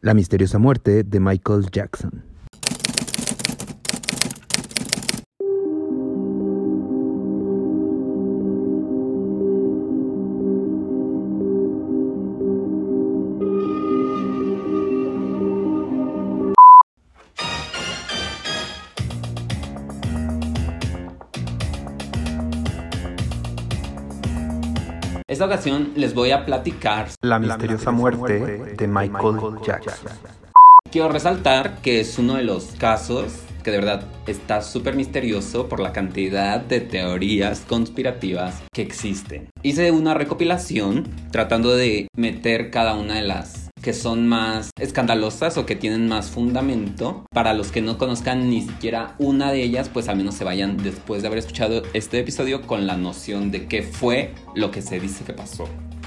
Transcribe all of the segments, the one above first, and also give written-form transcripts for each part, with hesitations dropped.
La misteriosa muerte de Michael Jackson. Esta ocasión les voy a platicar La misteriosa muerte de Michael Jackson. Quiero resaltar que es uno de los casos que de verdad está súper misterioso por la cantidad de teorías conspirativas que existen. Hice una recopilación tratando de meter cada una de las que son más escandalosas o que tienen más fundamento. Para los que no conozcan ni siquiera una de ellas, pues al menos se vayan después de haber escuchado este episodio con la noción de qué fue lo que se dice que pasó.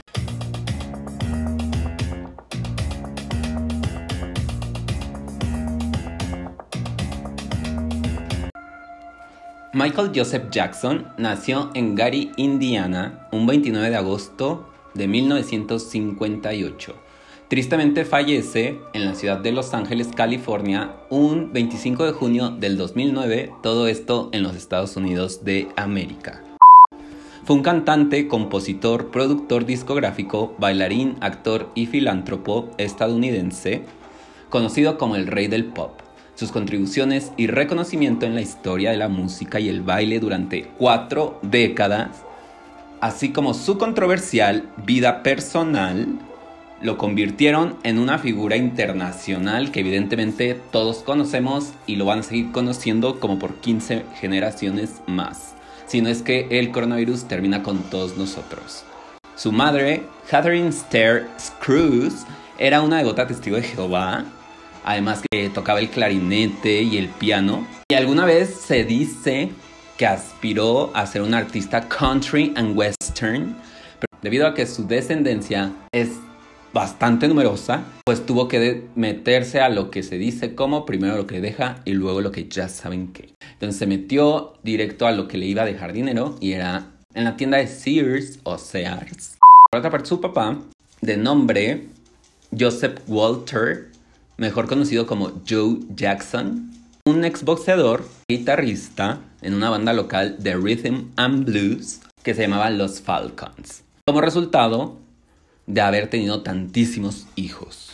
Michael Joseph Jackson nació en Gary, Indiana, un 29 de agosto de 1958. Tristemente fallece en la ciudad de Los Ángeles, California, un 25 de junio del 2009, todo esto en los Estados Unidos de América. Fue un cantante, compositor, productor discográfico, bailarín, actor y filántropo estadounidense, conocido como el Rey del Pop. Sus contribuciones y reconocimiento en la historia de la música y el baile durante 4 décadas, así como su controversial vida personal, lo convirtieron en una figura internacional que evidentemente todos conocemos y lo van a seguir conociendo como por 15 generaciones más, si no es que el coronavirus termina con todos nosotros. Su madre, Catherine Stair Scruggs, era una devota testigo de Jehová, además que tocaba el clarinete y el piano, y alguna vez se dice que aspiró a ser una artista country and western, pero debido a que su descendencia es bastante numerosa, pues tuvo que meterse a lo que se dice como primero lo que deja y luego lo que ya saben qué. Entonces se metió directo a lo que le iba a dejar dinero y era en la tienda de Sears o Sears. Por otra parte, su papá, de nombre Joseph Walter, mejor conocido como Joe Jackson, un exboxeador, guitarrista en una banda local de Rhythm and Blues que se llamaba Los Falcons, como resultado de haber tenido tantísimos hijos.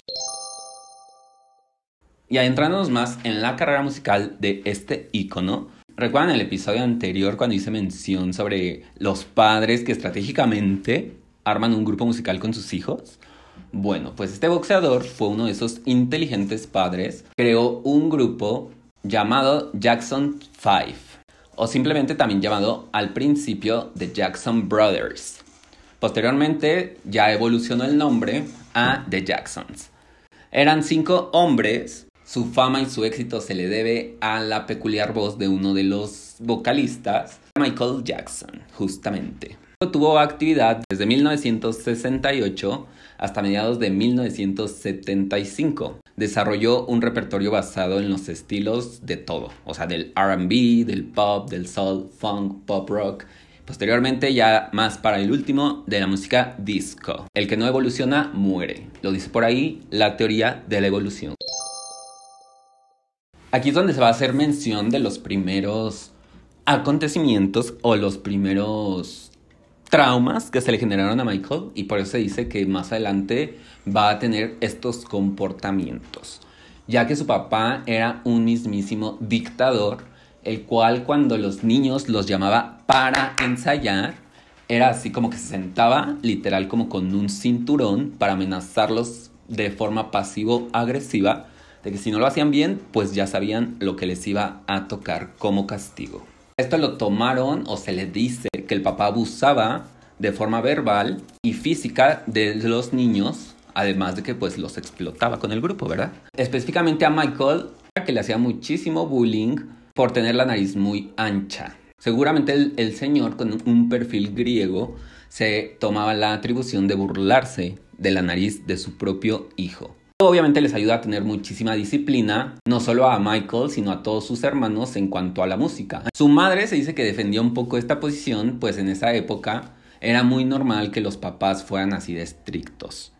Y adentrándonos más en la carrera musical de este ícono, ¿recuerdan el episodio anterior cuando hice mención sobre los padres que estratégicamente arman un grupo musical con sus hijos? Bueno, pues este boxeador fue uno de esos inteligentes padres. Creó un grupo llamado Jackson 5, o simplemente también llamado al principio The Jackson Brothers. Posteriormente ya evolucionó el nombre a The Jacksons. Eran 5 hombres. Su fama y su éxito se le debe a la peculiar voz de uno de los vocalistas, Michael Jackson, justamente. Tuvo actividad desde 1968 hasta mediados de 1975. Desarrolló un repertorio basado en los estilos de todo, o sea, del R&B, del pop, del soul, funk, pop rock. Posteriormente, ya más para el último, de la música disco. El que no evoluciona, muere. Lo dice por ahí la teoría de la evolución. Aquí es donde se va a hacer mención de los primeros acontecimientos o los primeros traumas que se le generaron a Michael, y por eso se dice que más adelante va a tener estos comportamientos, ya que su papá era un mismísimo dictador, el cual cuando los niños los llamaba para ensayar, era así como que se sentaba literal como con un cinturón para amenazarlos de forma pasivo-agresiva, de que si no lo hacían bien, pues ya sabían lo que les iba a tocar como castigo. Esto lo tomaron, o se le dice que el papá abusaba de forma verbal y física de los niños, además de que pues los explotaba con el grupo, ¿verdad? Específicamente a Michael, que le hacía muchísimo bullying por tener la nariz muy ancha. Seguramente el señor, con un perfil griego, se tomaba la atribución de burlarse de la nariz de su propio hijo. Obviamente les ayuda a tener muchísima disciplina, no solo a Michael, sino a todos sus hermanos en cuanto a la música. Su madre se dice que defendió un poco esta posición, pues en esa época era muy normal que los papás fueran así de estrictos.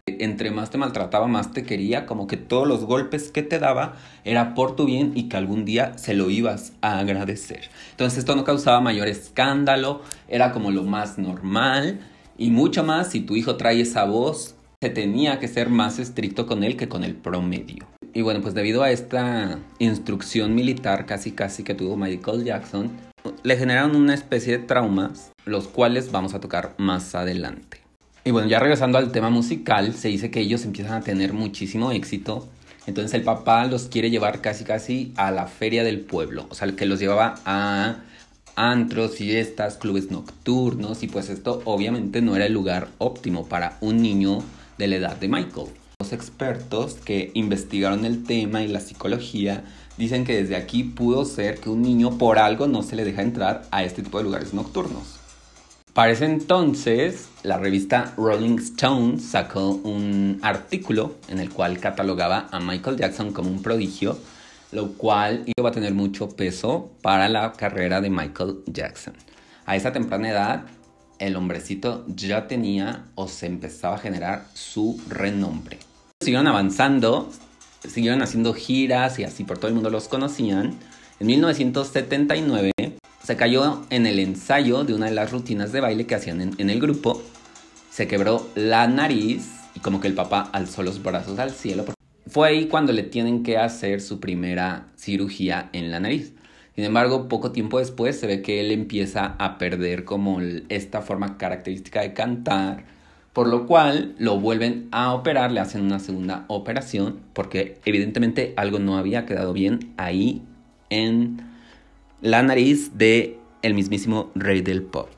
Entre más te maltrataba, más te quería, como que todos los golpes que te daba era por tu bien y que algún día se lo ibas a agradecer. Entonces esto no causaba mayor escándalo, era como lo más normal y mucho más si tu hijo trae esa voz, se tenía que ser más estricto con él que con el promedio. Y bueno, pues debido a esta instrucción militar casi que tuvo Michael Jackson, le generaron una especie de traumas, los cuales vamos a tocar más adelante. Y bueno, ya regresando al tema musical, se dice que ellos empiezan a tener muchísimo éxito. Entonces el papá los quiere llevar casi a la feria del pueblo. O sea, que los llevaba a antros, fiestas, clubes nocturnos. Y pues esto obviamente no era el lugar óptimo para un niño de la edad de Michael. Los expertos que investigaron el tema y la psicología dicen que desde aquí pudo ser que un niño por algo no se le deja entrar a este tipo de lugares nocturnos. Para ese entonces, la revista Rolling Stone sacó un artículo en el cual catalogaba a Michael Jackson como un prodigio, lo cual iba a tener mucho peso para la carrera de Michael Jackson. A esa temprana edad, el hombrecito ya tenía o se empezaba a generar su renombre. Siguieron avanzando, siguieron haciendo giras y así por todo el mundo los conocían. En 1979... se cayó en el ensayo de una de las rutinas de baile que hacían en el grupo. Se quebró la nariz y como que el papá alzó los brazos al cielo. Fue ahí cuando le tienen que hacer su primera cirugía en la nariz. Sin embargo, poco tiempo después se ve que él empieza a perder como esta forma característica de cantar, por lo cual lo vuelven a operar, le hacen una segunda operación, porque evidentemente algo no había quedado bien ahí en la nariz de el mismísimo rey del pop.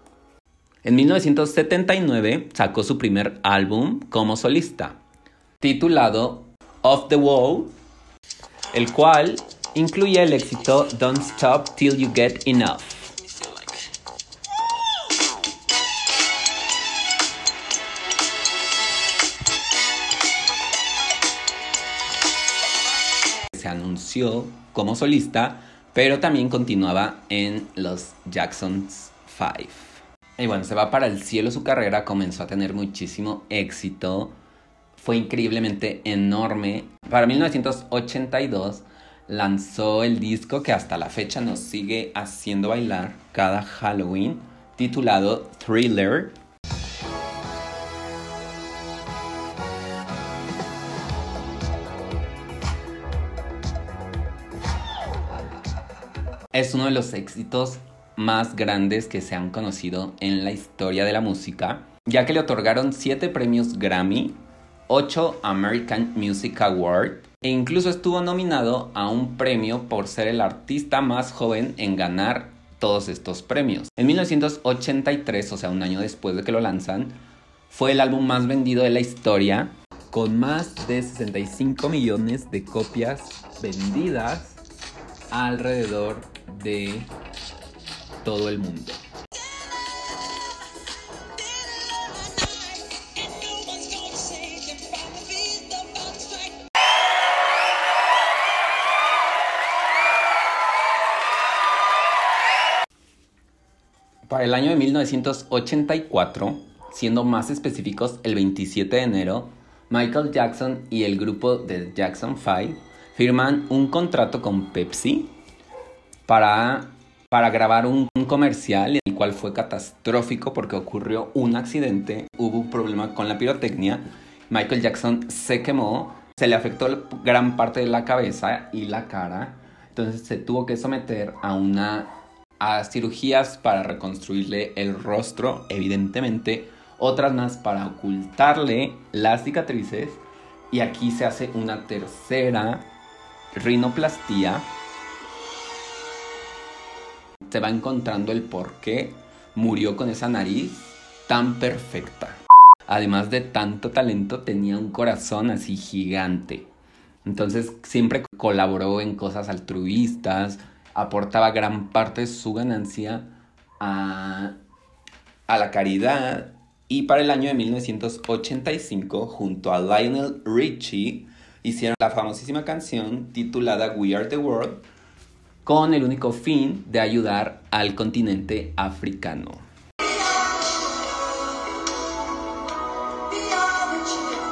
En 1979 sacó su primer álbum como solista, titulado Off the Wall, el cual incluye el éxito Don't Stop Till You Get Enough. Se anunció como solista, pero también continuaba en los Jackson's 5. Y bueno, se va para el cielo su carrera, comenzó a tener muchísimo éxito, fue increíblemente enorme. Para 1982 lanzó el disco que hasta la fecha nos sigue haciendo bailar cada Halloween, titulado Thriller. Es uno de los éxitos más grandes que se han conocido en la historia de la música, ya que le otorgaron 7 premios Grammy, 8 American Music Award e incluso estuvo nominado a un premio por ser el artista más joven en ganar todos estos premios. En 1983, o sea, un año después de que lo lanzan, fue el álbum más vendido de la historia, con más de 65 millones de copias vendidas alrededor de todo el mundo. Para el año de 1984, siendo más específicos, el 27 de enero, Michael Jackson y el grupo de Jackson 5 firman un contrato con Pepsi para grabar un comercial, el cual fue catastrófico porque ocurrió un accidente, hubo un problema con la pirotecnia, Michael Jackson se quemó, se le afectó gran parte de la cabeza y la cara, entonces se tuvo que someter a cirugías para reconstruirle el rostro, evidentemente, otras más para ocultarle las cicatrices, y aquí se hace una tercera rinoplastia. Se va encontrando el por qué murió con esa nariz tan perfecta. Además de tanto talento, tenía un corazón así gigante. Entonces siempre colaboró en cosas altruistas, aportaba gran parte de su ganancia a la caridad. Y para el año de 1985, junto a Lionel Richie, hicieron la famosísima canción titulada We Are the World, con el único fin de ayudar al continente africano.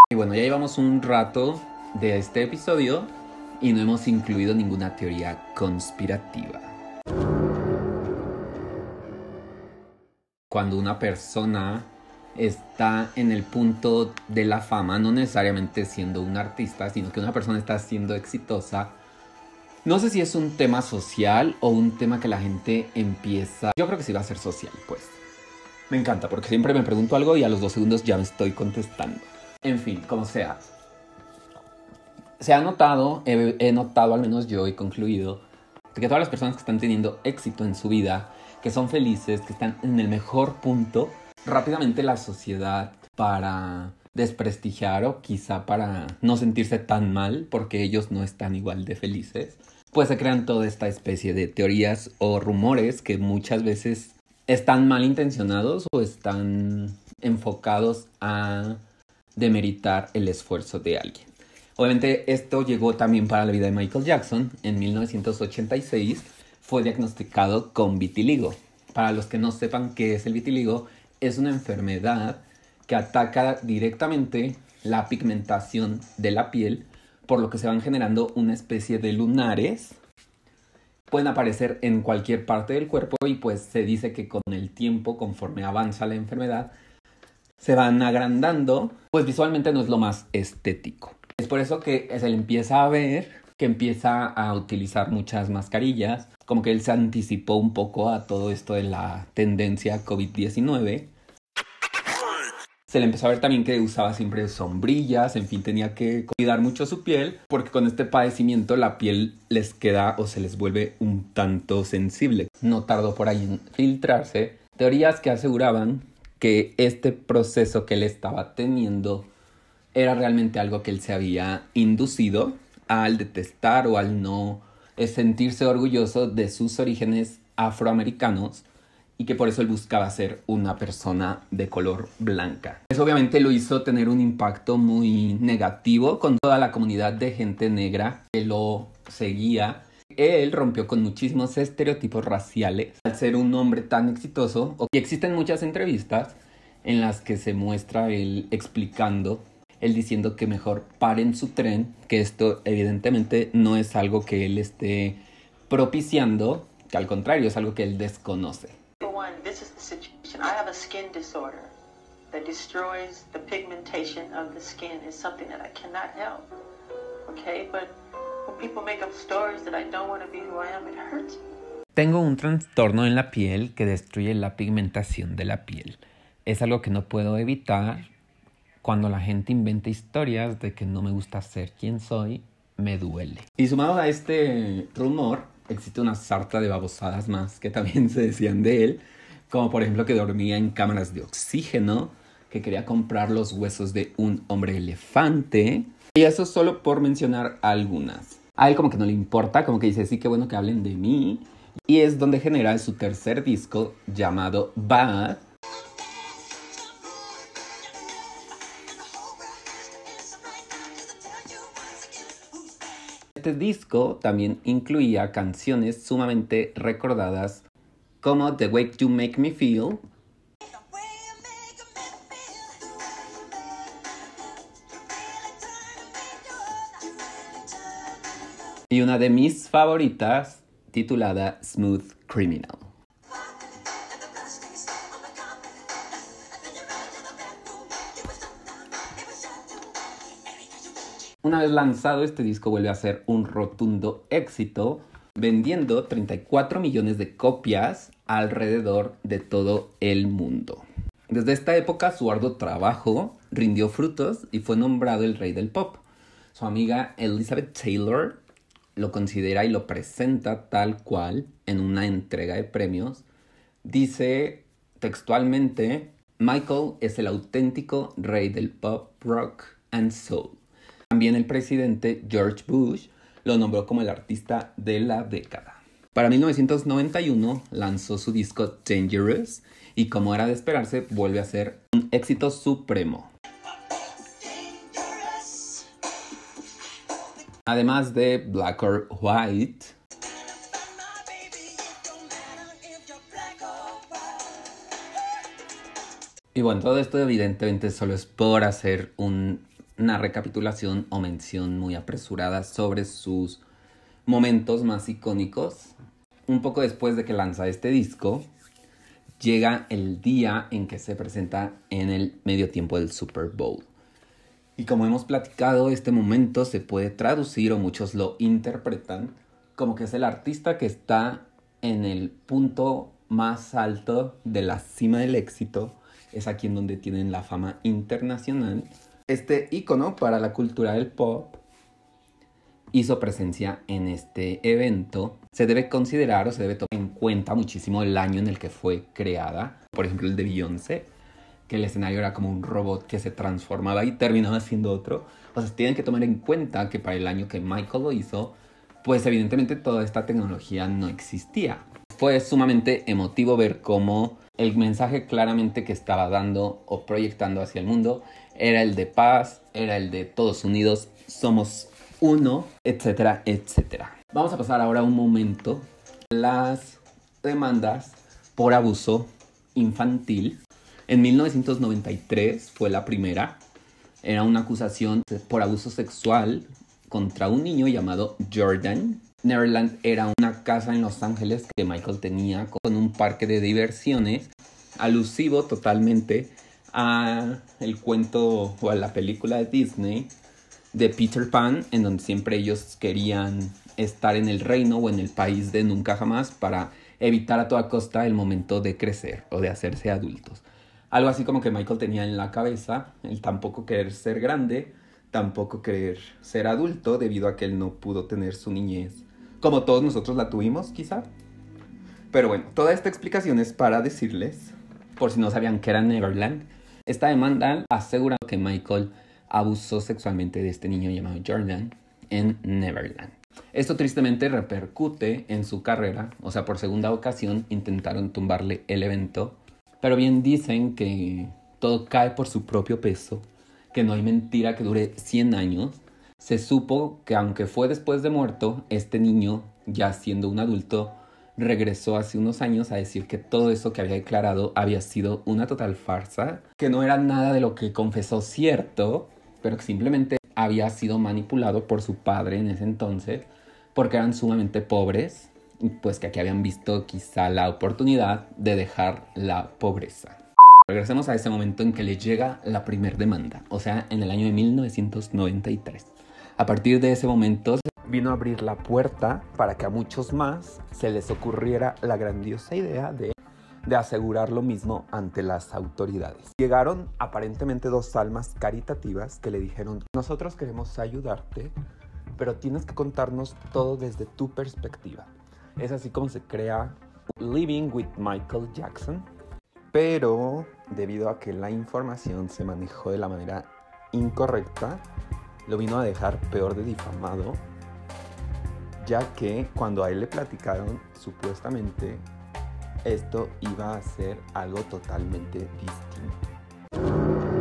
Y bueno, ya llevamos un rato de este episodio y no hemos incluido ninguna teoría conspirativa. Cuando una persona está en el punto de la fama, no necesariamente siendo un artista, sino que una persona está siendo exitosa, no sé si es un tema social o un tema que la gente empieza... Yo creo que sí va a ser social, pues. Me encanta, porque siempre me pregunto algo y a los 2 segundos ya me estoy contestando. En fin, como sea. Se ha notado, he notado, al menos yo he concluido, que todas las personas que están teniendo éxito en su vida, que son felices, que están en el mejor punto, rápidamente la sociedad, para desprestigiar o quizá para no sentirse tan mal porque ellos no están igual de felices, pues se crean toda esta especie de teorías o rumores que muchas veces están malintencionados o están enfocados a demeritar el esfuerzo de alguien. Obviamente esto llegó también para la vida de Michael Jackson. En 1986 fue diagnosticado con vitiligo. Para los que no sepan qué es el vitiligo, es una enfermedad que ataca directamente la pigmentación de la piel, por lo que se van generando una especie de lunares. Pueden aparecer en cualquier parte del cuerpo y pues se dice que con el tiempo, conforme avanza la enfermedad, se van agrandando, pues visualmente no es lo más estético. Es por eso que se le empieza a ver que empieza a utilizar muchas mascarillas, como que él se anticipó un poco a todo esto de la tendencia COVID-19. Se le empezó a ver también que usaba siempre sombrillas, en fin, tenía que cuidar mucho su piel, porque con este padecimiento la piel les queda o se les vuelve un tanto sensible. No tardó por ahí en filtrarse teorías que aseguraban que este proceso que él estaba teniendo era realmente algo que él se había inducido al detestar o al no sentirse orgulloso de sus orígenes afroamericanos y que por eso él buscaba ser una persona de color blanca. Eso obviamente lo hizo tener un impacto muy negativo con toda la comunidad de gente negra que lo seguía. Él rompió con muchísimos estereotipos raciales al ser un hombre tan exitoso. Y existen muchas entrevistas en las que se muestra él explicando, él diciendo que mejor paren su tren, que esto evidentemente no es algo que él esté propiciando, que al contrario es algo que él desconoce. This is the situation. I have a skin disorder that destroys the pigmentation of the skin. It's something that I cannot help. Okay, but when people make up stories that I don't want to be who I am, it hurts me. Tengo un trastorno en la piel que destruye la pigmentación de la piel. Es algo que no puedo evitar. Cuando la gente inventa historias de que no me gusta ser quien soy, me duele. Y sumado a este rumor, existe una sarta de babosadas más que también se decían de él, como por ejemplo que dormía en cámaras de oxígeno, que quería comprar los huesos de un hombre elefante, y eso solo por mencionar algunas. A él como que no le importa, como que dice, sí, qué bueno que hablen de mí, y es donde genera su tercer disco llamado Bad. Este disco también incluía canciones sumamente recordadas como The Way You Make Me Feel y una de mis favoritas titulada Smooth Criminal. Una vez lanzado, este disco vuelve a ser un rotundo éxito, vendiendo 34 millones de copias alrededor de todo el mundo. Desde esta época, su arduo trabajo rindió frutos y fue nombrado el rey del pop. Su amiga Elizabeth Taylor lo considera y lo presenta tal cual en una entrega de premios. Dice textualmente, Michael es el auténtico rey del pop, rock and soul. También el presidente George Bush lo nombró como el artista de la década. Para 1991 lanzó su disco Dangerous y, como era de esperarse, vuelve a ser un éxito supremo. Además de Black or White, y bueno, todo esto evidentemente solo es por hacer un una recapitulación o mención muy apresurada sobre sus momentos más icónicos. Un poco después de que lanza este disco, llega el día en que se presenta en el medio tiempo del Super Bowl. Y como hemos platicado, este momento se puede traducir, o muchos lo interpretan, como que es el artista que está en el punto más alto de la cima del éxito. Es aquí en donde tienen la fama internacional. Este ícono para la cultura del pop hizo presencia en este evento. Se debe considerar o se debe tomar en cuenta muchísimo el año en el que fue creada. Por ejemplo, el de Beyoncé, que el escenario era como un robot que se transformaba y terminaba siendo otro. O sea, tienen que tomar en cuenta que para el año que Michael lo hizo, pues evidentemente toda esta tecnología no existía. Fue sumamente emotivo ver cómo el mensaje claramente que estaba dando o proyectando hacia el mundo era el de paz, era el de todos unidos, somos uno, etcétera, etcétera. Vamos a pasar ahora un momento las demandas por abuso infantil. En 1993 fue la primera. Era una acusación por abuso sexual contra un niño llamado Jordan. Neverland era una casa en Los Ángeles que Michael tenía con un parque de diversiones, alusivo totalmente a el cuento o a la película de Disney de Peter Pan, en donde siempre ellos querían estar en el reino o en el país de nunca jamás para evitar a toda costa el momento de crecer o de hacerse adultos. Algo así como que Michael tenía en la cabeza, el tampoco querer ser grande, tampoco querer ser adulto, debido a que él no pudo tener su niñez como todos nosotros la tuvimos, quizá. Pero bueno, toda esta explicación es para decirles, por si no sabían que era Neverland, esta demanda asegura que Michael abusó sexualmente de este niño llamado Jordan en Neverland. Esto tristemente repercute en su carrera, o sea, por segunda ocasión intentaron tumbarle el evento. Pero bien dicen que todo cae por su propio peso, que no hay mentira que dure 100 años. Se supo que aunque fue después de muerto, este niño, ya siendo un adulto, regresó hace unos años a decir que todo eso que había declarado había sido una total farsa, que no era nada de lo que confesó cierto, pero que simplemente había sido manipulado por su padre en ese entonces, porque eran sumamente pobres, y pues que aquí habían visto quizá la oportunidad de dejar la pobreza. Regresemos a ese momento en que le llega la primera demanda, o sea, en el año de 1993. A partir de ese momento vino a abrir la puerta para que a muchos más se les ocurriera la grandiosa idea de asegurar lo mismo ante las autoridades. Llegaron aparentemente dos almas caritativas que le dijeron: nosotros queremos ayudarte, pero tienes que contarnos todo desde tu perspectiva. Es así como se crea Living with Michael Jackson. Pero debido a que la información se manejó de la manera incorrecta, lo vino a dejar peor de difamado, ya que cuando a él le platicaron, supuestamente esto iba a ser algo totalmente distinto.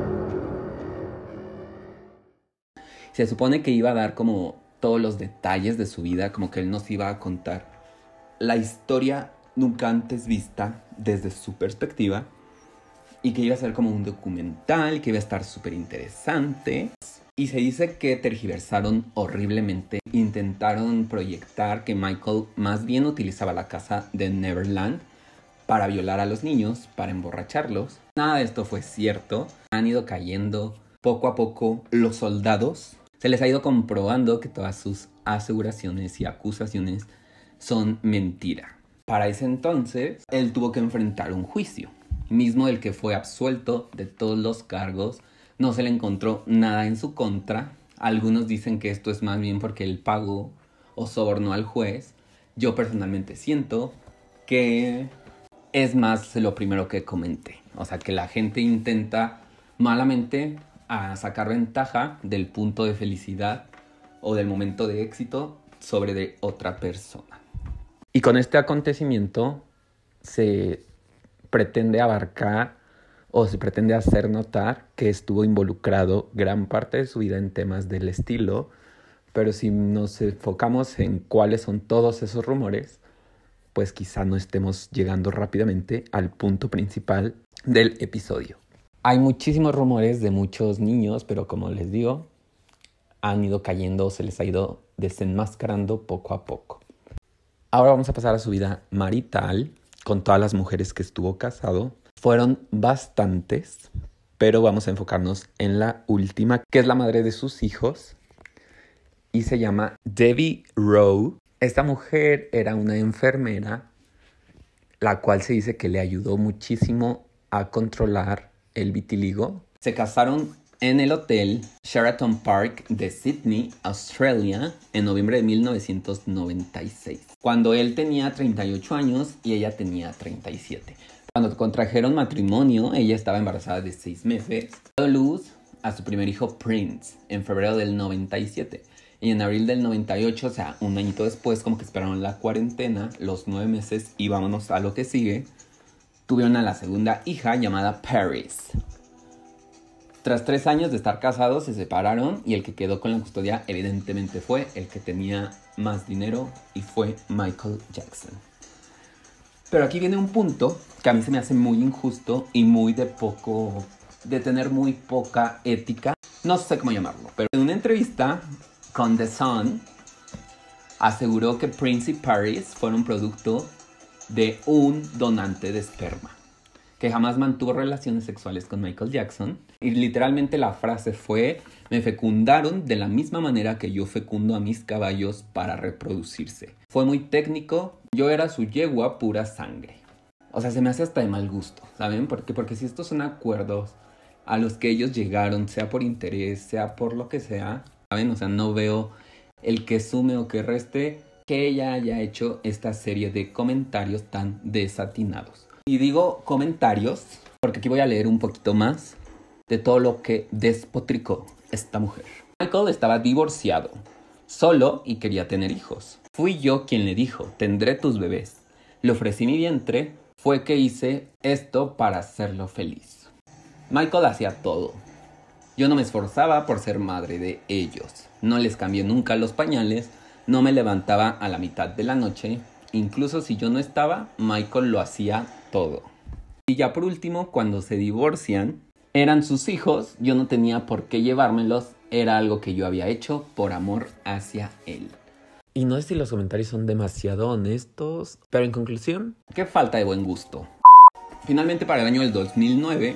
Se supone que iba a dar como todos los detalles de su vida, como que él nos iba a contar la historia nunca antes vista desde su perspectiva, y que iba a ser como un documental, que iba a estar súper interesante. Y se dice que tergiversaron horriblemente, intentaron proyectar que Michael más bien utilizaba la casa de Neverland para violar a los niños, para emborracharlos. Nada de esto fue cierto. Han ido cayendo poco a poco los soldados. Se les ha ido comprobando que todas sus aseguraciones y acusaciones son mentira. Para ese entonces, él tuvo que enfrentar un juicio, mismo del que fue absuelto de todos los cargos. No se le encontró nada en su contra. Algunos dicen que esto es más bien porque él pagó o sobornó al juez. Yo personalmente siento que es más lo primero que comenté. O sea, que la gente intenta malamente sacar ventaja del punto de felicidad o del momento de éxito sobre de otra persona. Y con este acontecimiento se pretende abarcar o se pretende hacer notar que estuvo involucrado gran parte de su vida en temas del estilo, pero si nos enfocamos en cuáles son todos esos rumores, pues quizá no estemos llegando rápidamente al punto principal del episodio. Hay muchísimos rumores de muchos niños, pero como les digo, han ido cayendo, se les ha ido desenmascarando poco a poco. Ahora vamos a pasar a su vida marital con todas las mujeres que estuvo casado. Fueron bastantes, pero vamos a enfocarnos en la última, que es la madre de sus hijos, y se llama Debbie Rowe. Esta mujer era una enfermera, la cual se dice que le ayudó muchísimo a controlar el vitiligo. Se casaron en el hotel Sheraton Park de Sydney, Australia, en noviembre de 1996, cuando él tenía 38 años y ella tenía 37. Cuando contrajeron matrimonio, ella estaba embarazada de 6 meses. Dio luz a su primer hijo Prince en febrero del 97. Y en abril del 98, o sea, un añito después, como que esperaron la cuarentena, los 9 meses y vámonos a lo que sigue, tuvieron a la segunda hija llamada Paris. Tras 3 años de estar casados, se separaron y el que quedó con la custodia evidentemente fue el que tenía más dinero y fue Michael Jackson. Pero aquí viene un punto que a mí se me hace muy injusto y muy de tener muy poca ética. No sé cómo llamarlo, pero en una entrevista con The Sun aseguró que Prince y Paris fueron producto de un donante de esperma, que jamás mantuvo relaciones sexuales con Michael Jackson. Y literalmente la frase fue: me fecundaron de la misma manera que yo fecundo a mis caballos para reproducirse. Fue muy técnico, yo era su yegua pura sangre. O sea, se me hace hasta de mal gusto, ¿saben? Porque si estos son acuerdos a los que ellos llegaron, sea por interés, sea por lo que sea, ¿saben? O sea, no veo el que sume o que reste que ella haya hecho esta serie de comentarios tan desatinados. Y digo comentarios porque aquí voy a leer un poquito más de todo lo que despotricó esta mujer. Michael estaba divorciado, solo y quería tener hijos. Fui yo quien le dijo: tendré tus bebés. Le ofrecí mi vientre, fue que hice esto para hacerlo feliz. Michael hacía todo. Yo no me esforzaba por ser madre de ellos. No les cambié nunca los pañales, no me levantaba a la mitad de la noche. Incluso si yo no estaba, Michael lo hacía todo. Y ya por último, cuando se divorcian, eran sus hijos, yo no tenía por qué llevármelos, era algo que yo había hecho por amor hacia él. Y no sé si los comentarios son demasiado honestos, pero en conclusión, qué falta de buen gusto. Finalmente, para el año del 2009,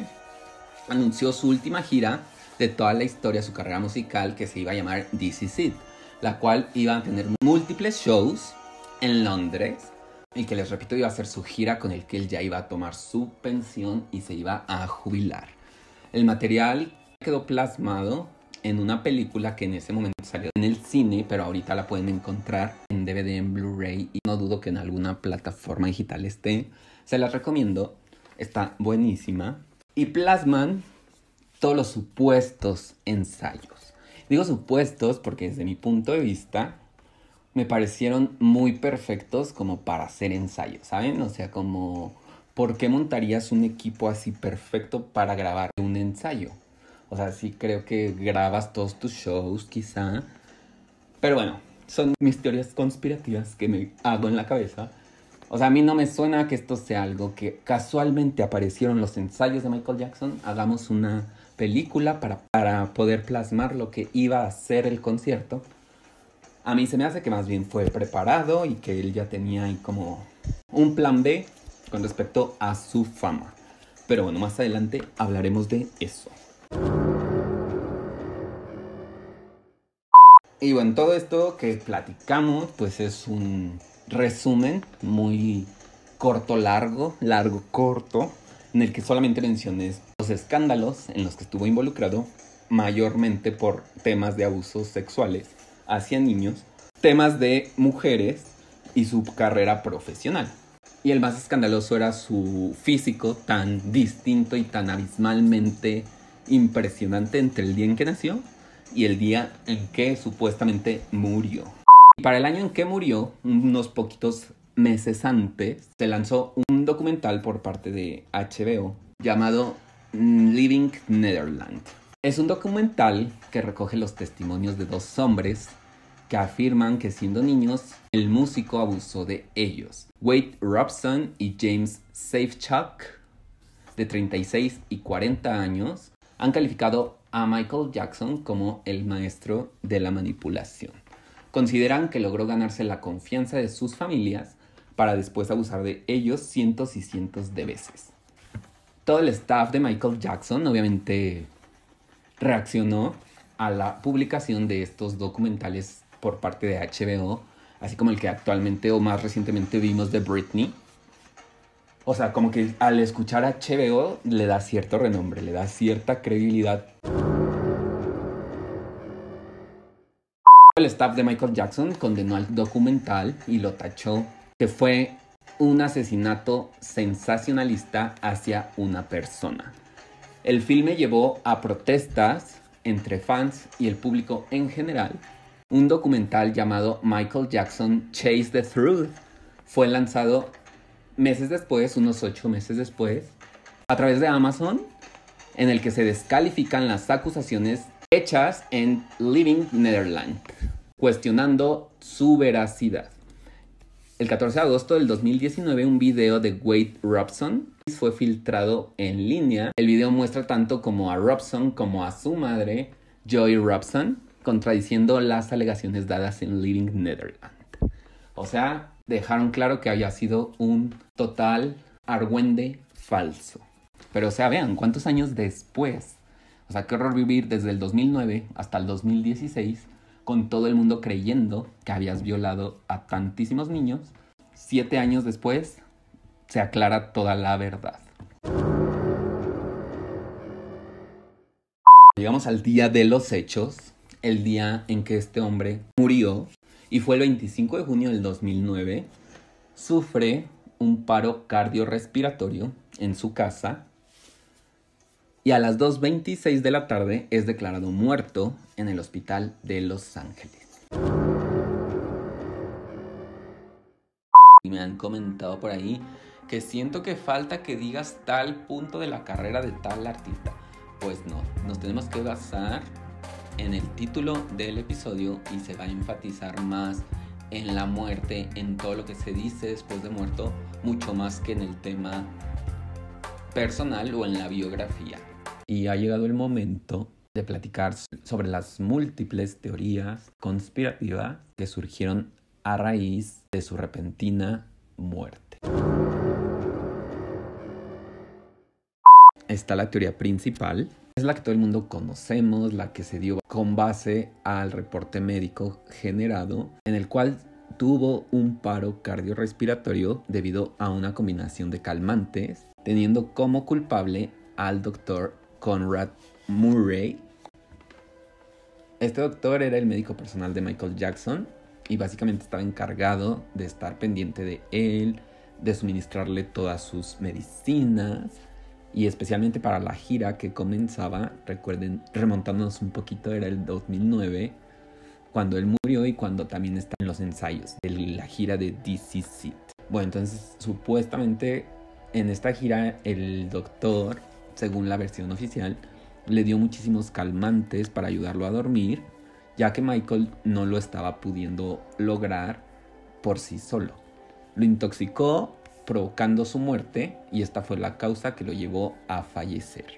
anunció su última gira de toda la historia de su carrera musical, que se iba a llamar This Is It, la cual iba a tener múltiples shows en Londres y que, les repito, iba a ser su gira con el que él ya iba a tomar su pensión y se iba a jubilar. El material quedó plasmado en una película que en ese momento salió en el cine, pero ahorita la pueden encontrar en DVD, en Blu-ray, y no dudo que en alguna plataforma digital esté. Se las recomiendo, está buenísima. Y plasman todos los supuestos ensayos. Digo supuestos porque desde mi punto de vista me parecieron muy perfectos como para hacer ensayos, ¿saben? O sea, como, ¿por qué montarías un equipo así perfecto para grabar un ensayo? O sea, sí creo que grabas todos tus shows quizá. Pero bueno, son mis teorías conspirativas que me hago en la cabeza. O sea, a mí no me suena que esto sea algo que casualmente aparecieron los ensayos de Michael Jackson. Hagamos una película para poder plasmar lo que iba a ser el concierto. A mí se me hace que más bien fue preparado y que él ya tenía ahí como un plan B con respecto a su fama. Pero bueno, más adelante hablaremos de eso. Y bueno, todo esto que platicamos pues es un resumen muy corto, largo, corto, en el que solamente mencioné los escándalos en los que estuvo involucrado, mayormente por temas de abusos sexuales hacia niños, temas de mujeres y su carrera profesional. Y el más escandaloso era su físico tan distinto y tan abismalmente impresionante entre el día en que nació y el día en que supuestamente murió. Y para el año en que murió, unos poquitos meses antes, se lanzó un documental por parte de HBO llamado Living Netherland. Es un documental que recoge los testimonios de 2 hombres que afirman que siendo niños, el músico abusó de ellos. Wade Robson y James Safechuck de 36 y 40 años han calificado a Michael Jackson como el maestro de la manipulación. Consideran que logró ganarse la confianza de sus familias para después abusar de ellos cientos y cientos de veces. Todo el staff de Michael Jackson obviamente reaccionó a la publicación de estos documentales por parte de HBO, así como el que actualmente o más recientemente vimos de Britney. O sea, como que al escuchar HBO le da cierto renombre, le da cierta credibilidad. El staff de Michael Jackson condenó al documental y lo tachó que fue un asesinato sensacionalista hacia una persona. El filme llevó a protestas entre fans y el público en general. Un documental llamado Michael Jackson Chase the Truth fue lanzado meses después, unos 8 meses después, a través de Amazon, en el que se descalifican las acusaciones hechas en Living Netherlands, cuestionando su veracidad. El 14 de agosto del 2019, un video de Wade Robson fue filtrado en línea. El video muestra tanto como a Robson como a su madre, Joy Robson, contradiciendo las alegaciones dadas en Living Netherlands. O sea, dejaron claro que había sido un total argüende falso. Pero o sea, vean, ¿cuántos años después? O sea, qué horror vivir desde el 2009 hasta el 2016 con todo el mundo creyendo que habías violado a tantísimos niños. 7 años después se aclara toda la verdad. Llegamos al día de los hechos, el día en que este hombre murió, y fue el 25 de junio del 2009. Sufre un paro cardiorrespiratorio en su casa y a las 2:26 de la tarde es declarado muerto en el hospital de Los Ángeles. Y me han comentado por ahí que siento que falta que digas tal punto de la carrera de tal artista. Pues no, nos tenemos que basar en el título del episodio y se va a enfatizar más en la muerte, en todo lo que se dice después de muerto, mucho más que en el tema personal o en la biografía. Y ha llegado el momento de platicar sobre las múltiples teorías conspirativas que surgieron a raíz de su repentina muerte. Está la teoría principal, es la que todo el mundo conocemos, la que se dio con base al reporte médico generado, en el cual tuvo un paro cardiorrespiratorio debido a una combinación de calmantes, teniendo como culpable al doctor Conrad Murray. Este doctor era el médico personal de Michael Jackson y básicamente estaba encargado de estar pendiente de él, de suministrarle todas sus medicinas y especialmente para la gira que comenzaba, recuerden, remontándonos un poquito, era el 2009 cuando él murió y cuando también está en los ensayos de la gira de This Is It. Bueno, entonces supuestamente en esta gira el doctor, según la versión oficial, le dio muchísimos calmantes para ayudarlo a dormir, ya que Michael no lo estaba pudiendo lograr por sí solo. Lo intoxicó, provocando su muerte, y esta fue la causa que lo llevó a fallecer.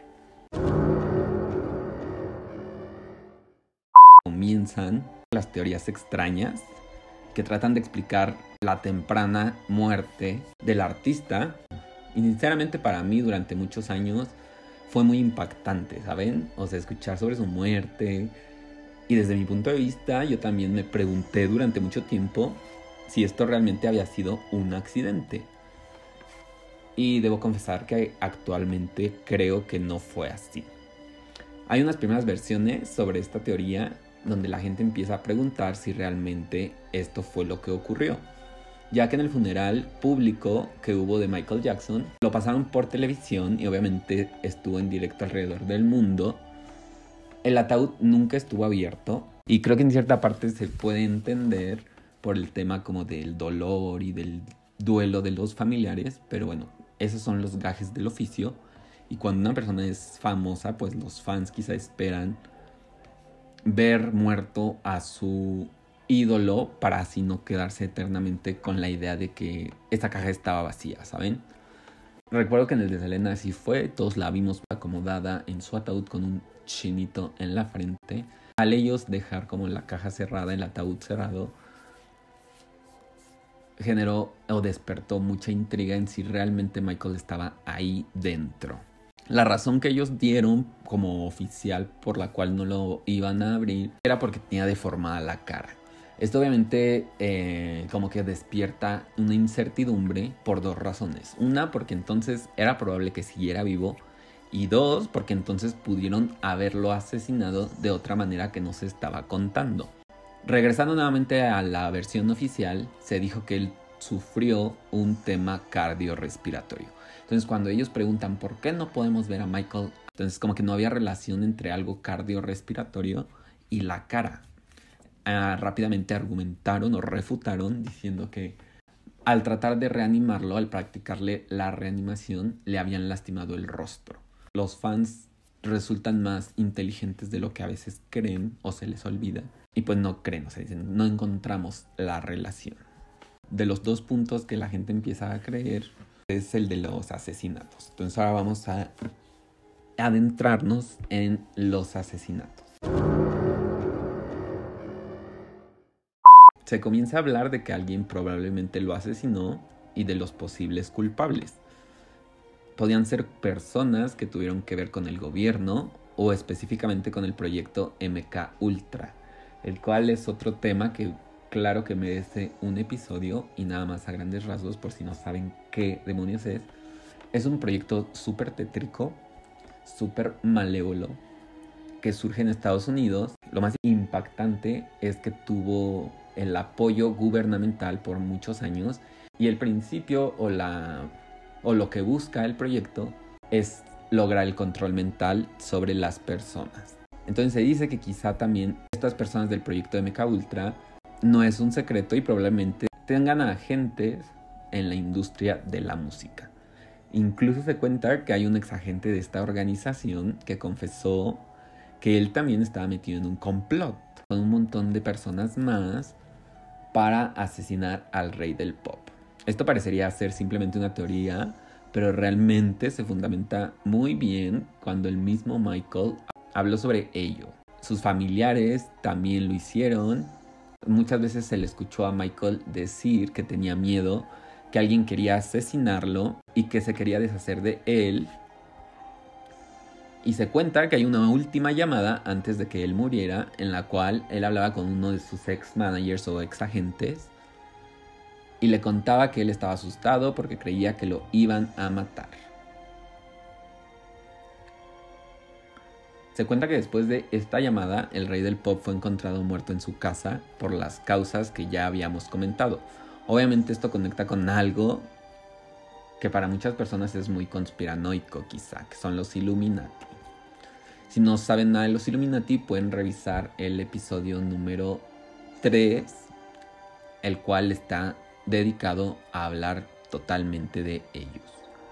Comienzan las teorías extrañas que tratan de explicar la temprana muerte del artista. Y sinceramente para mí durante muchos años fue muy impactante, ¿saben? O sea, escuchar sobre su muerte. Y desde mi punto de vista yo también me pregunté durante mucho tiempo si esto realmente había sido un accidente. Y debo confesar que actualmente creo que no fue así. Hay unas primeras versiones sobre esta teoría donde la gente empieza a preguntar si realmente esto fue lo que ocurrió, ya que en el funeral público que hubo de Michael Jackson lo pasaron por televisión y obviamente estuvo en directo alrededor del mundo. El ataúd nunca estuvo abierto y creo que en cierta parte se puede entender por el tema como del dolor y del duelo de los familiares, pero bueno, esos son los gajes del oficio. Y cuando una persona es famosa, pues los fans quizá esperan ver muerto a su ídolo para así no quedarse eternamente con la idea de que esta caja estaba vacía, ¿saben? Recuerdo que en el de Selena así fue, todos la vimos acomodada en su ataúd con un chinito en la frente. Al ellos dejar como la caja cerrada, el ataúd cerrado, generó o despertó mucha intriga en si realmente Michael estaba ahí dentro. La razón que ellos dieron como oficial por la cual no lo iban a abrir era porque tenía deformada la cara. Esto obviamente como que despierta una incertidumbre por dos razones. Una, porque entonces era probable que siguiera vivo. Y dos, porque entonces pudieron haberlo asesinado de otra manera que no se estaba contando. Regresando nuevamente a la versión oficial, se dijo que él sufrió un tema cardiorrespiratorio. Entonces cuando ellos preguntan por qué no podemos ver a Michael, entonces como que no había relación entre algo cardiorrespiratorio y la cara. Rápidamente argumentaron o refutaron diciendo que al tratar de reanimarlo, al practicarle la reanimación, le habían lastimado el rostro. Los fans resultan más inteligentes de lo que a veces creen o se les olvida. Y pues no creen, o sea, dicen, no encontramos la relación. De los dos puntos que la gente empieza a creer es el de los asesinatos. Entonces ahora vamos a adentrarnos en los asesinatos. Se comienza a hablar de que alguien probablemente lo asesinó y de los posibles culpables. Podían ser personas que tuvieron que ver con el gobierno o específicamente con el proyecto MK Ultra, el cual es otro tema que claro que merece un episodio y nada más a grandes rasgos por si no saben qué demonios es. Es un proyecto súper tétrico, súper malévolo, que surge en Estados Unidos. Lo más impactante es que tuvo el apoyo gubernamental por muchos años y el principio o lo que busca el proyecto es lograr el control mental sobre las personas. Entonces se dice que quizá también estas personas del proyecto de MK Ultra no es un secreto y probablemente tengan agentes en la industria de la música. Incluso se cuenta que hay un exagente de esta organización que confesó que él también estaba metido en un complot con un montón de personas más para asesinar al rey del pop. Esto parecería ser simplemente una teoría, pero realmente se fundamenta muy bien cuando el mismo Michael habló sobre ello. Sus familiares también lo hicieron. Muchas veces se le escuchó a Michael decir que tenía miedo, que alguien quería asesinarlo y que se quería deshacer de él. Y se cuenta que hay una última llamada antes de que él muriera, en la cual él hablaba con uno de sus ex managers o ex agentes y le contaba que él estaba asustado porque creía que lo iban a matar. Se cuenta que después de esta llamada, el rey del pop fue encontrado muerto en su casa por las causas que ya habíamos comentado. Obviamente esto conecta con algo que para muchas personas es muy conspiranoico quizá, que son los Illuminati. Si no saben nada de los Illuminati, pueden revisar el episodio número 3, el cual está dedicado a hablar totalmente de ellos.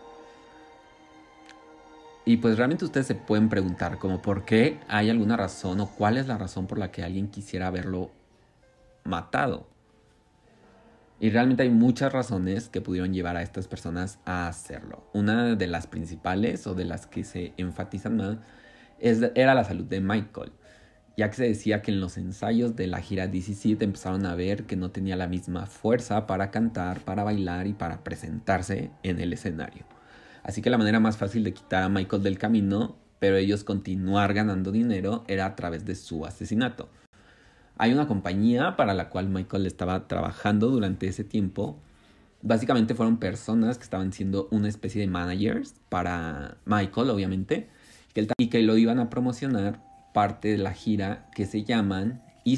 Y pues realmente ustedes se pueden preguntar como por qué hay alguna razón o cuál es la razón por la que alguien quisiera haberlo matado. Y realmente hay muchas razones que pudieron llevar a estas personas a hacerlo. Una de las principales o de las que se enfatizan más era la salud de Michael, ya que se decía que en los ensayos de la gira This Is It empezaron a ver que no tenía la misma fuerza para cantar, para bailar y para presentarse en el escenario. Así que la manera más fácil de quitar a Michael del camino, pero ellos continuar ganando dinero, era a través de su asesinato. Hay una compañía para la cual Michael estaba trabajando durante ese tiempo. Básicamente fueron personas que estaban siendo una especie de managers para Michael, obviamente, y que lo iban a promocionar parte de la gira que se llaman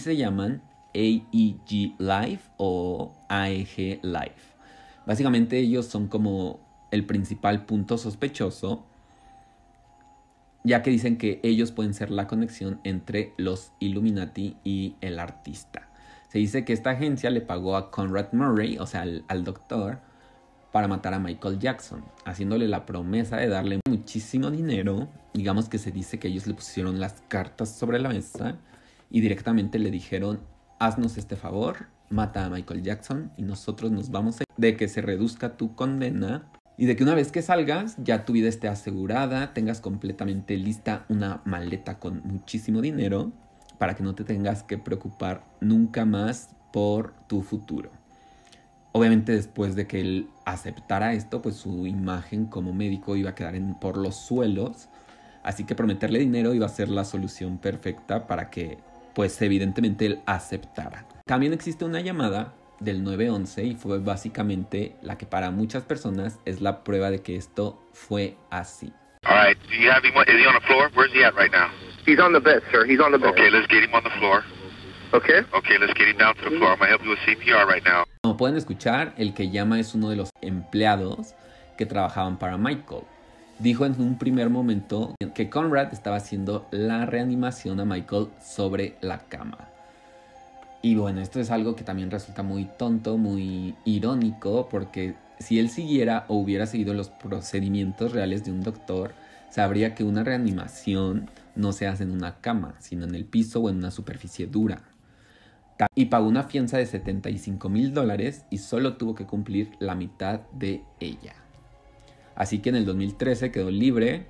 AEG Live o AEG Live. Básicamente ellos son como el principal punto sospechoso, ya que dicen que ellos pueden ser la conexión entre los Illuminati y el artista. Se dice que esta agencia le pagó a Conrad Murray, o sea, al doctor, para matar a Michael Jackson, haciéndole la promesa de darle muchísimo dinero. Digamos que se dice que ellos le pusieron las cartas sobre la mesa y directamente le dijeron: haznos este favor, mata a Michael Jackson y nosotros nos vamos de que se reduzca tu condena Y de que una vez que salgas, ya tu vida esté asegurada, tengas completamente lista una maleta con muchísimo dinero para que no te tengas que preocupar nunca más por tu futuro. Obviamente después de que él aceptara esto, pues su imagen como médico iba a quedar por los suelos. Así que prometerle dinero iba a ser la solución perfecta para que, pues evidentemente él aceptara. También existe una llamada del 911 y fue básicamente la que para muchas personas es la prueba de que esto fue así. All right, do you have him? Is he on the floor? Where's he at right now? He's on the bed, sir. He's on the bed. Okay, let's get him on the floor. Okay? Okay, let's get him down to the floor. I'm gonna help you with CPR right now. Como pueden escuchar, el que llama es uno de los empleados que trabajaban para Michael. Dijo en un primer momento que Conrad estaba haciendo la reanimación a Michael sobre la cama. Y bueno, esto es algo que también resulta muy tonto, muy irónico, porque si él siguiera o hubiera seguido los procedimientos reales de un doctor, sabría que una reanimación no se hace en una cama, sino en el piso o en una superficie dura. Y pagó una fianza de $75,000 y solo tuvo que cumplir la mitad de ella. Así que en el 2013 quedó libre.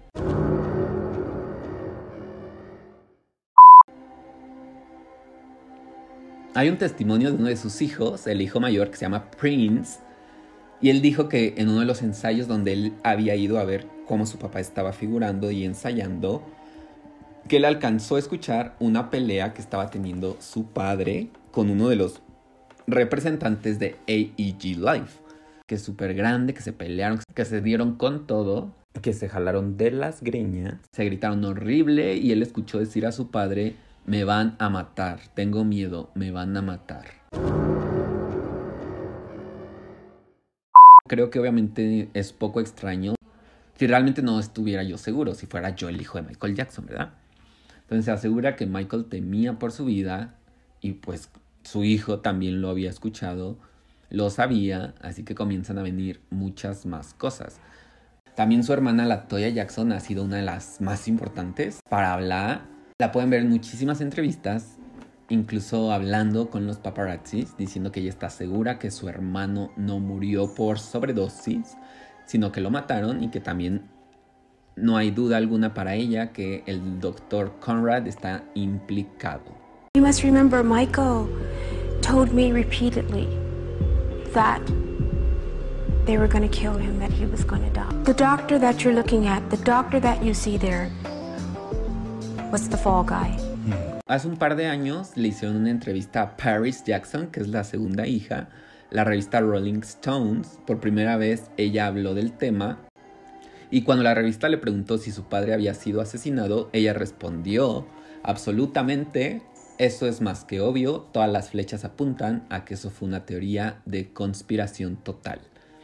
Hay un testimonio de uno de sus hijos, el hijo mayor, que se llama Prince. Y él dijo que en uno de los ensayos donde él había ido a ver cómo su papá estaba figurando y ensayando, que él alcanzó a escuchar una pelea que estaba teniendo su padre con uno de los representantes de AEG Life. Que es súper grande, que se pelearon, que se dieron con todo, que se jalaron de las greñas, se gritaron horrible y él escuchó decir a su padre: me van a matar, tengo miedo, me van a matar. Creo que obviamente es poco extraño si realmente no estuviera yo seguro, si fuera yo el hijo de Michael Jackson, ¿verdad? Entonces se asegura que Michael temía por su vida y pues su hijo también lo había escuchado, lo sabía, así que comienzan a venir muchas más cosas. También su hermana, la Toya Jackson, ha sido una de las más importantes para hablar. La pueden ver en muchísimas entrevistas, incluso hablando con los paparazzis, diciendo que ella está segura que su hermano no murió por sobredosis, sino que lo mataron y que también no hay duda alguna para ella que el doctor Conrad está implicado. You must remember, Michael told me repeatedly that they were going to kill him, that he was going to die. The doctor that you're looking at, the doctor that you see there, was the fall guy. Hace un par de años le hicieron una entrevista a Paris Jackson, que es la segunda hija. La revista Rolling Stones, por primera vez ella habló del tema. Y cuando la revista le preguntó si su padre había sido asesinado, ella respondió: absolutamente. Eso es más que obvio, todas las flechas apuntan a que eso fue una teoría de conspiración total.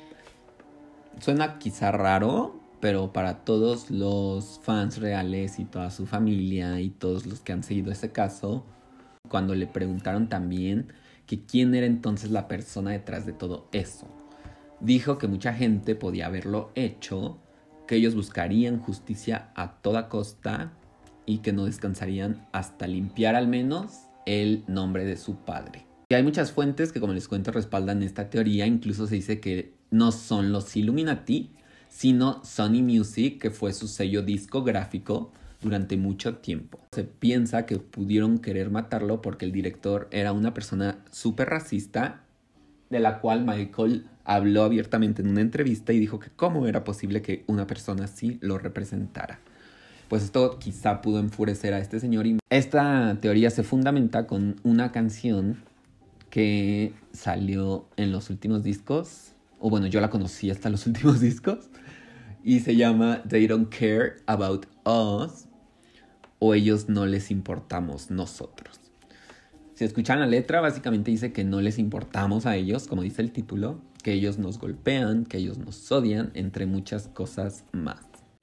Suena quizá raro, pero para todos los fans reales y toda su familia y todos los que han seguido ese caso, cuando le preguntaron también que quién era entonces la persona detrás de todo eso, dijo que mucha gente podía haberlo hecho, que ellos buscarían justicia a toda costa y que no descansarían hasta limpiar al menos el nombre de su padre. Y hay muchas fuentes que, como les cuento, respaldan esta teoría. Incluso se dice que no son los Illuminati, sino Sony Music, que fue su sello discográfico durante mucho tiempo. Se piensa que pudieron querer matarlo porque el director era una persona súper racista, de la cual Michael habló abiertamente en una entrevista y dijo que cómo era posible que una persona así lo representara. Pues esto quizá pudo enfurecer a este señor. Y esta teoría se fundamenta con una canción que salió en los últimos discos, o bueno, yo la conocí hasta los últimos discos, y se llama They Don't Care About Us, o Ellos No Les Importamos Nosotros. Si escuchan la letra, básicamente dice que no les importamos a ellos, como dice el título, que ellos nos golpean, que ellos nos odian, entre muchas cosas más.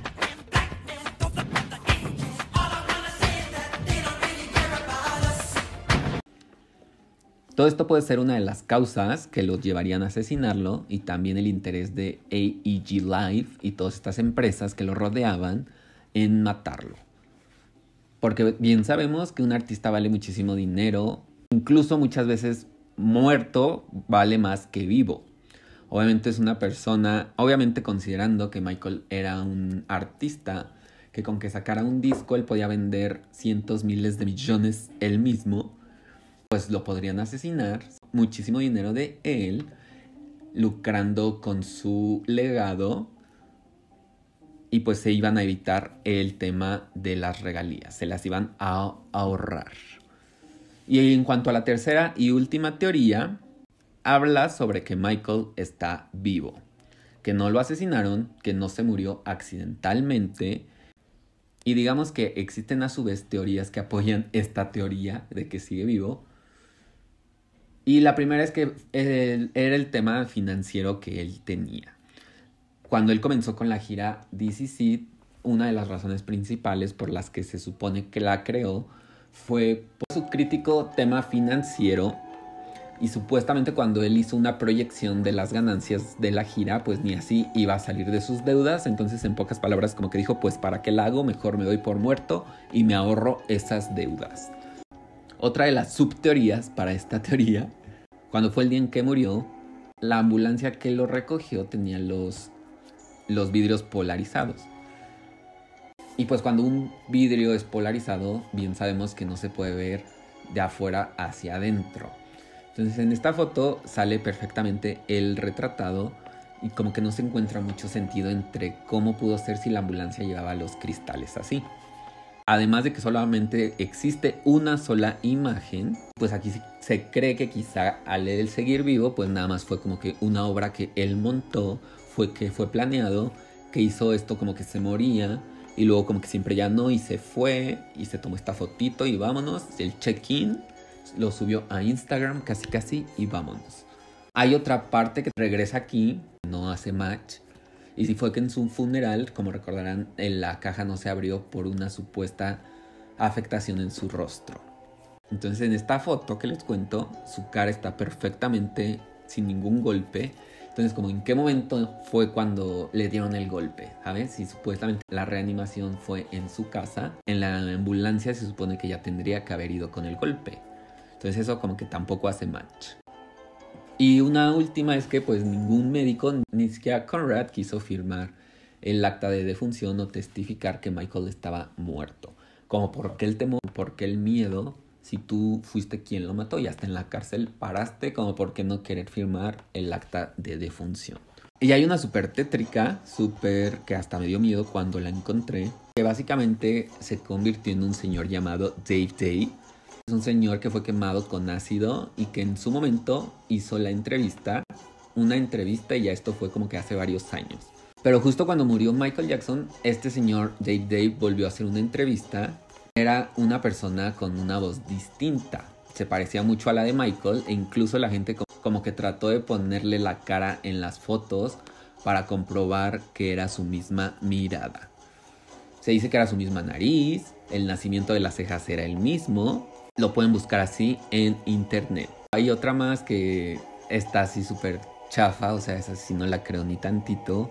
Todo esto puede ser una de las causas que los llevarían a asesinarlo, y también el interés de AEG Life y todas estas empresas que lo rodeaban en matarlo. Porque bien sabemos que un artista vale muchísimo dinero, incluso muchas veces muerto vale más que vivo. Obviamente es una persona, obviamente considerando que Michael era un artista, que con que sacara un disco él podía vender cientos, miles de millones él mismo, pues lo podrían asesinar, muchísimo dinero de él, lucrando con su legado, y pues se iban a evitar el tema de las regalías, se las iban a ahorrar. Y en cuanto a la tercera y última teoría, habla sobre que Michael está vivo, que no lo asesinaron, que no se murió accidentalmente. Y digamos que existen a su vez teorías que apoyan esta teoría de que sigue vivo. Y la primera es que era el tema financiero que él tenía. Cuando él comenzó con la gira DCC, una de las razones principales por las que se supone que la creó fue por su crítico tema financiero. Y supuestamente cuando él hizo una proyección de las ganancias de la gira, pues ni así iba a salir de sus deudas. Entonces, en pocas palabras, como que dijo, pues ¿para qué la hago? Mejor me doy por muerto y me ahorro esas deudas. Otra de las subteorías para esta teoría, cuando fue el día en que murió, la ambulancia que lo recogió tenía los vidrios polarizados. Y pues cuando un vidrio es polarizado, bien sabemos que no se puede ver de afuera hacia adentro. Entonces en esta foto sale perfectamente el retratado y como que no se encuentra mucho sentido entre cómo pudo ser si la ambulancia llevaba los cristales así. Además de que solamente existe una sola imagen, pues aquí se cree que quizá al él seguir vivo, pues nada más fue como que una obra que él montó, que fue planeado, que hizo esto como que se moría y luego como que siempre ya no y se fue y se tomó esta fotito y vámonos, el check-in. Lo subió a Instagram casi y vámonos. Hay otra parte que regresa aquí, no hace match. Y si fue que en su funeral, como recordarán, la caja no se abrió por una supuesta afectación en su rostro. Entonces en esta foto que les cuento, su cara está perfectamente sin ningún golpe. Entonces como en qué momento fue cuando le dieron el golpe, ¿sabes? Si supuestamente la reanimación fue en su casa, en la ambulancia se supone que ya tendría que haber ido con el golpe. Entonces eso como que tampoco hace match. Y una última es que pues ningún médico, ni siquiera Conrad, quiso firmar el acta de defunción o testificar que Michael estaba muerto. Como por qué el temor, por qué el miedo, si tú fuiste quien lo mató y hasta en la cárcel paraste, como por qué no querer firmar el acta de defunción. Y hay una súper tétrica, que hasta me dio miedo cuando la encontré, que básicamente se convirtió en un señor llamado Dave Day. Es un señor que fue quemado con ácido y que en su momento hizo una entrevista y ya esto fue como que hace varios años. Pero justo cuando murió Michael Jackson, este señor Dave volvió a hacer una entrevista. Era una persona con una voz distinta. Se parecía mucho a la de Michael e incluso la gente como que trató de ponerle la cara en las fotos para comprobar que era su misma mirada. Se dice que era su misma nariz, el nacimiento de las cejas era el mismo. Lo pueden buscar así en internet. Hay otra más que está así súper chafa, o sea, esa sí no la creo ni tantito.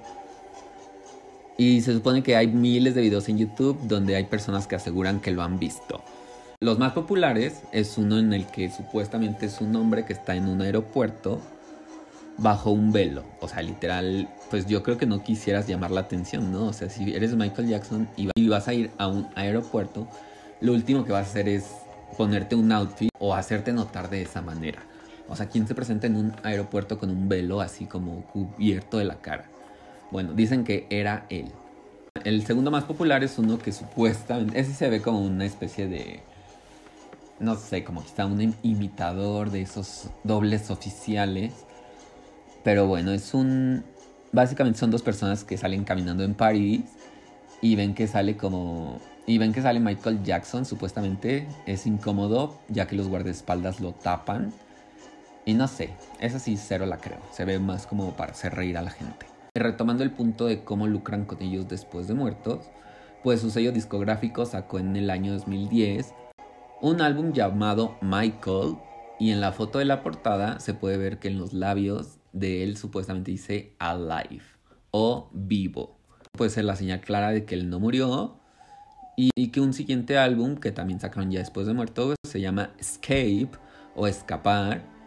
Y se supone que hay miles de videos en YouTube donde hay personas que aseguran que lo han visto. Los más populares es uno en el que supuestamente es un hombre que está en un aeropuerto bajo un velo. O sea, literal, pues yo creo que no quisieras llamar la atención, ¿no? O sea, si eres Michael Jackson y vas a ir a un aeropuerto, lo último que vas a hacer es ponerte un outfit o hacerte notar de esa manera. O sea, ¿quién se presenta en un aeropuerto con un velo así como cubierto de la cara? Bueno, dicen que era él. El segundo más popular es uno que supuestamente, ese se ve como una especie de, no sé, como quizá un imitador de esos dobles oficiales. Pero bueno, básicamente son dos personas que salen caminando en París y ven que sale Michael Jackson, supuestamente. Es incómodo, ya que los guardaespaldas lo tapan. Y no sé, esa sí cero la creo. Se ve más como para hacer reír a la gente. Retomando el punto de cómo lucran con ellos después de muertos, pues su sello discográfico sacó en el año 2010 un álbum llamado Michael. Y en la foto de la portada se puede ver que en los labios de él supuestamente dice Alive o vivo. Puede ser la señal clara de que él no murió. Y que un siguiente álbum, que también sacaron ya después de muerto, se llama Escape o Escapar.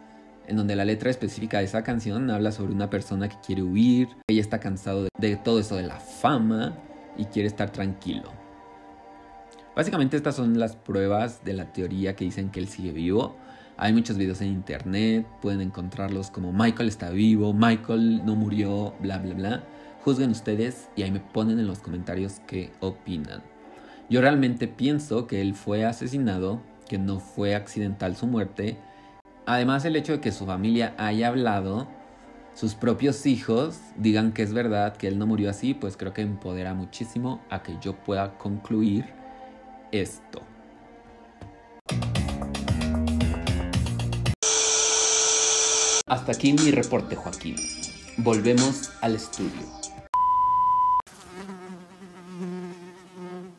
en donde la letra específica de esa canción habla sobre una persona que quiere huir. Ella está cansado de todo eso de la fama y quiere estar tranquilo. Básicamente estas son las pruebas de la teoría que dicen que él sigue vivo. Hay muchos videos en internet, pueden encontrarlos como Michael está vivo, Michael no murió, bla bla bla. Juzguen ustedes y ahí me ponen en los comentarios qué opinan. Yo realmente pienso que él fue asesinado, que no fue accidental su muerte. Además, el hecho de que su familia haya hablado, sus propios hijos digan que es verdad, que él no murió así, pues creo que empodera muchísimo a que yo pueda concluir esto. Hasta aquí mi reporte, Joaquín. Volvemos al estudio.